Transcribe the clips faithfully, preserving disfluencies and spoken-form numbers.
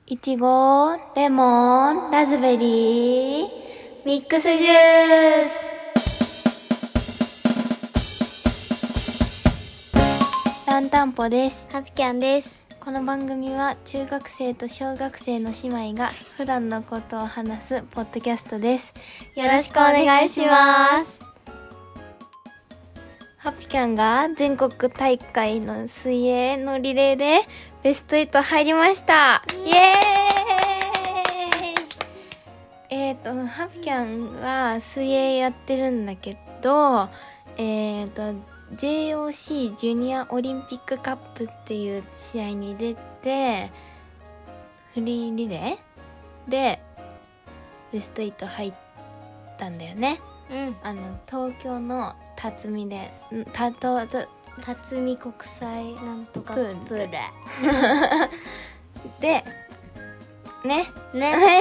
いちご、レモン、ラズベリー、ミックスジュース。ランタンポです。 ハピキャンです。 この番組は中学生と小学生の姉妹が普段のことを話すポッドキャストです。よろしくお願いします。ハピキャンが全国大会の水泳のリレーでベストはち入りました。イエーイ。えっとハピキャンは水泳やってるんだけど、えっと ジェイオーシー ジュニアオリンピックカップっていう試合に出て、フリーリレーでベストはち入ったんだよね。 うん。 あの東京の辰巳でたとと辰巳国際なんとかプールプールでねね。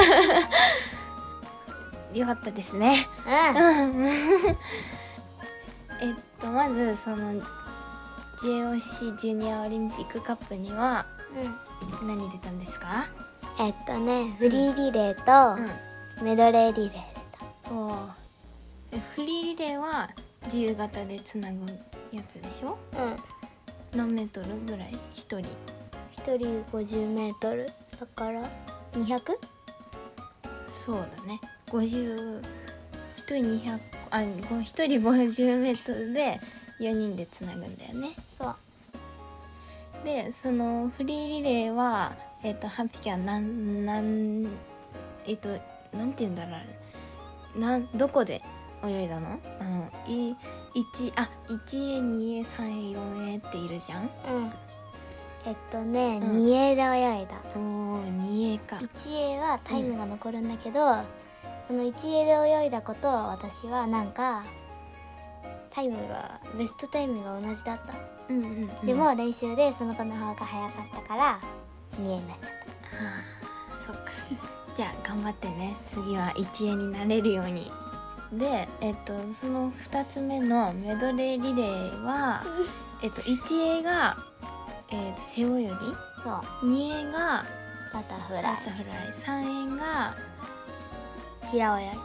よかったですね。 うんえっとまずその ジェイオーシー ジュニアオリンピックカップには何出たんですか？ えっとねフリーリレーとメドレーリレー出た。 おーえフリーリレーは自由形でつなぐやつでしょ？ うん。 何メートルぐらい？一人一人ごじゅうメートルだからにひゃく？ そうだね。ごじゅう一人にひゃくあ一人ごじゅうメートルでよにんでつなぐんだよね。 そう。 でそのフリーリレーはえっとハピキャンなんなんえっとなんて言うんだろうあれなんどこで泳いだの？あのい一あ一泳二泳三泳四泳っているじゃん。 うん。えっとね、 うんに泳で泳いだ。 おーに泳か。 いち泳はタイムが残るんだけど、そのいち泳で泳いだことは私はなんかタイムがベストタイムが同じだった。 うんうん、うん、 でも練習でその子の方が早かったからに泳になっちゃっあーそっか。じゃあ頑張ってね。次はいち泳になれるように。でえっとそのふたつめのメドレーリレーはえっといち泳が、えー、と背泳ぎ、 た。そう。 に泳がバタフライ、 バタフライ、さん泳が平泳ぎ。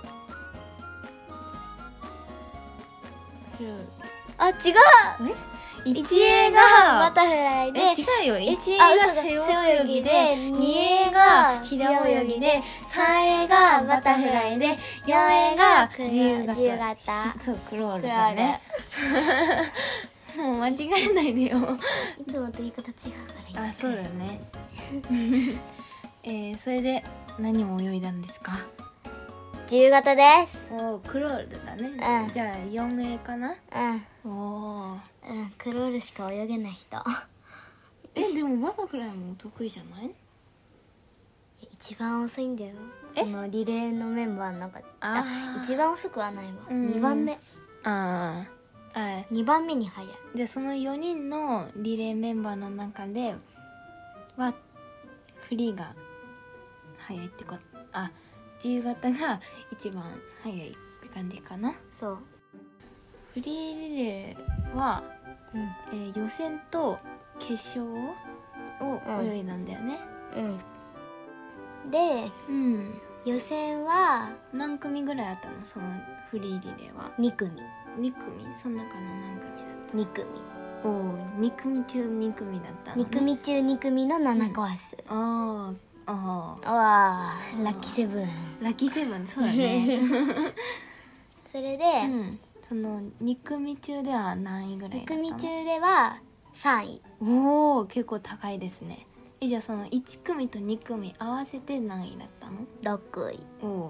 あ、違う。 えいち泳がバタフライで、 え違うよ。いち泳あが背泳ぎで、に泳が平泳ぎで、さん泳がバタフライで、よん泳が自由形。 自由形。 そうクロールだね。もう間違えないでよ。 いつもと言い方違うから。 あ、そうだね。えー、それで何を泳いだんですか？ 自由形です。 おークロールだね。 うんじゃあよん泳かな？ うんおーうんクロールしか泳げない人。 えでもバタフライも得意じゃない？ 一番遅いんだよ。 えそのリレーのメンバーの中で。 あー一番遅くはないわ。 うんにばんめ。 あーあにばんめに速い。 でそのよにんのリレーメンバーの中ではフリーが速いってこと。あ自由形が一番速いって感じかな。 そう。 フリーリレーは、 うんえー予選と決勝を泳いだんだよね。 うん。でうん予選は何組ぐらいあったの？そのフリーリレーはに組。 に組。その中の何組だった？ に組。 おおに組中に組だったのね。 に組中に組のななコース。 あーあわあ、ラッキーセブン。 ーラッキーセブン。そうだね。 それで、 うんそのに組中では何位ぐらいだにったの？ 組中ではさんい。 おお結構高いですね。えじゃあそのいち組とに組合わせて何位だったの？ ろくい。 おお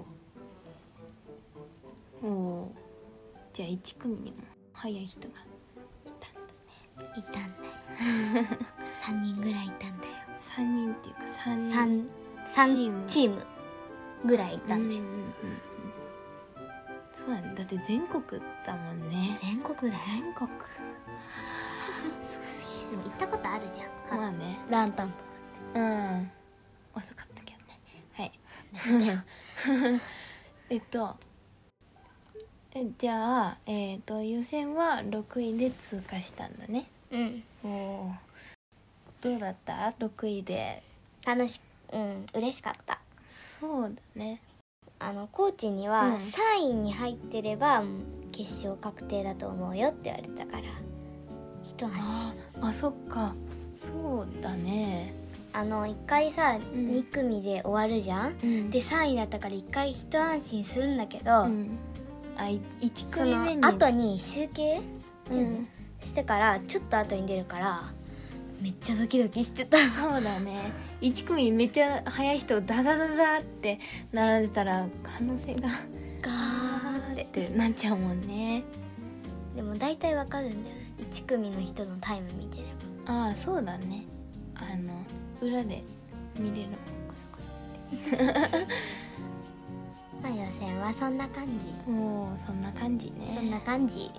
おおじゃあいち組にも速い人がいたんだね。 いたんだよ。さんにんぐらいいたんだよ。 さんにんっていうかさんにんさん、さんチームチームぐらいいたんだよ。 うんうんうんうんそうだね。だって全国だもんね。 全国だよ。 全国すごすぎでも行ったことあるじゃん。 まあねランタンうん遅かったけどね。はいえっとえじゃあ、えー、と予選はろくいで通過したんだね。 ポ。うん。 おーどうだった？ろくいで楽しうん嬉しかった。 そうだね。 あのコーチには、うん、さんいに入ってれば決勝確定だと思うよって言われたから一安心。 ああ、そっか、そうだね。 あのいっかいさ、うん、に組で終わるじゃん、うん、でさんいだったからいっかい一安心するんだけど、うん、 あいち組目にその後に集計、うん、してからちょっと後に出るからめっちゃドキドキしてた。 そうだね、いち組めっちゃ速い人ダダダダって並んでたら可能性がガーってなっちゃうもんね。 でも大体わかるんだよね、いち組の人のタイム見てれば。ああ、そうだね、あの裏で見れるコソコソってまあ予選はそんな感じ。 もうそんな感じね。 そんな感じ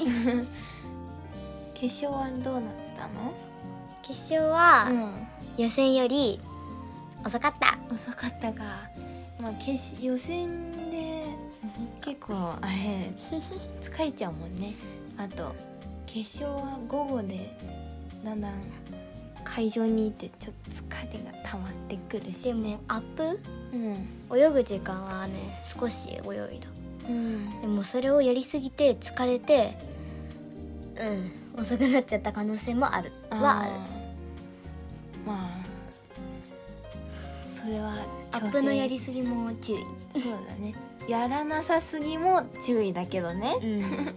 決勝はどうなったの？ 決勝は、うん、予選より遅かった。 遅かったか。まあ決予選で結構あれ疲れちゃうもんね。あと決勝は午後でだんだん会場にいてちょっと疲れが溜まってくるし、 ね、でもアップ、うん、泳ぐ時間はね少し泳いだ、うん、でもそれをやりすぎて疲れて、うん、遅くなっちゃった可能性もあるはある。 まあそれはアップのやりすぎも注意。 そうだね、やらなさすぎも注意だけどね、うん、で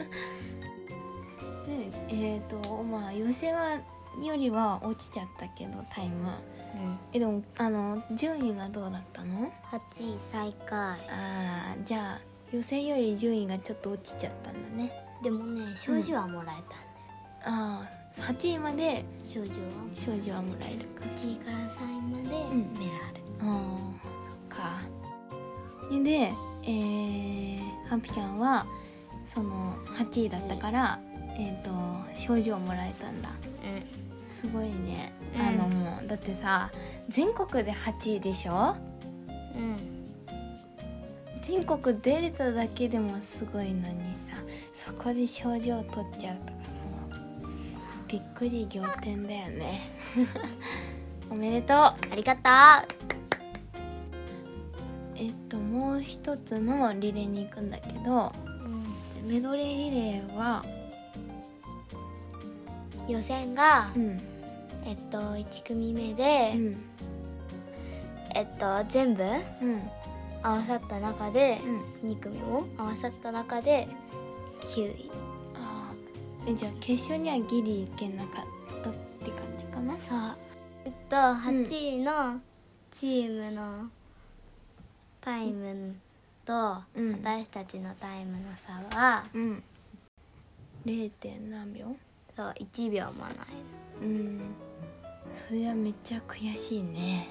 えっ、ー、とまあ予選はよりは落ちちゃったけどタイム、うん、えでもあの順位がどうだったの？ はちい最下位。 ああ、じゃあ予選より順位がちょっと落ちちゃったんだね。 でもね賞状はもらえたんだよ、 うん、ああはちいまで賞状は賞状はもらえるか。 いちいからさんいまでメダル、うん、 ああそっか。で、えー、ハンピキャンはそのはちいだったから、えーと賞状をもらえたんだ。うんすごいね、うん、あのもうだってさ全国ではちいでしょ、うん、全国出れただけでもすごいのにさそこで賞状を取っちゃうとかもうびっくり仰天だよねおめでとう。 ありがとう。 えっともう一つのリレーに行くんだけど、うん、メドレーリレーは予選が、うんえっといち組目で、うん、えっと全部、うん、合わさった中で、うん、に組も合わさった中できゅうい。 あえじゃあ決勝にはギリいけなかったって感じかな。 そうえっとはちいのチームのタイムと、うん、私たちのタイムの差は、うん、 れい. 点何秒？ そういちびょうもない。 うんそれはめっちゃ悔しいね。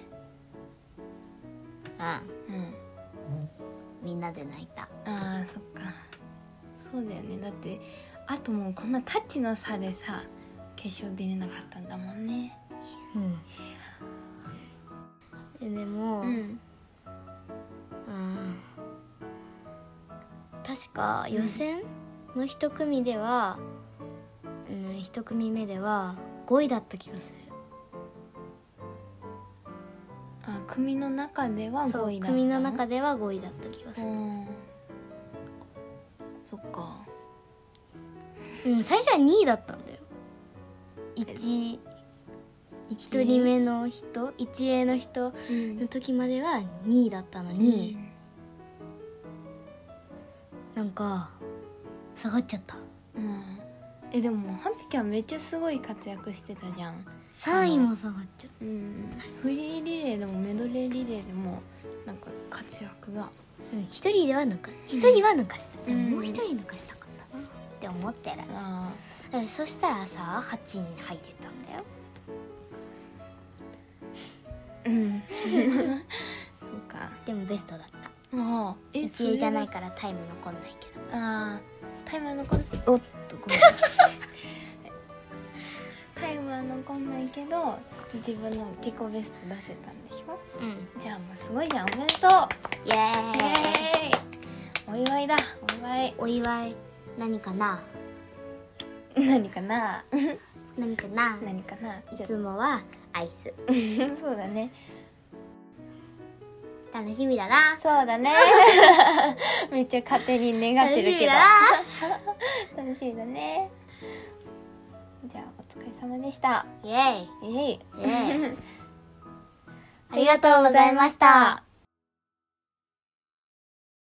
うん、うん、みんなで泣いた。 あーそっかそうだよね。だってあともうこんなタッチの差でさ決勝出れなかったんだもんね。 うん、でも、うん、確か予選の一組では、うん、一組目ではごいだった気がする。 あ組の中ではごいだったの？ 組の中ではごいだった気がする。 そっか。 うん最初はにいだったんだよ。いちひとりめの人いちエーの人の時まではにいだったのに、うん、なんか下がっちゃった。 うん、えでもハンピキャンめっちゃすごい活躍してたじゃん。 さんいも下がっちゃった、 うん、フリーリレーでもメドレーリレーでもなんか活躍が一、うん、人では抜か一人は抜かした、うん、でももう一人抜かしたかったなって思ってる。あだそしたらさはちいに入ってたんだよ。 うんそうか。 でもベストだった。 もうえいちエーじゃないからタイム残んないけど。 あタイム残んおっとごめんタイムは残んないけど自分の自己ベスト出せたんでしょ。うんじゃあもうすごいじゃん。おめでとう。 イエーイ、イエーイお祝いだ。お祝いお祝い何かな何かな何かな何かないつもはアイスそうだね。 楽しみだな。 そうだねめっちゃ勝手に願ってるけど楽しみだね。じゃあお疲れ様でした。 イエイイエイイエイありがとうございました。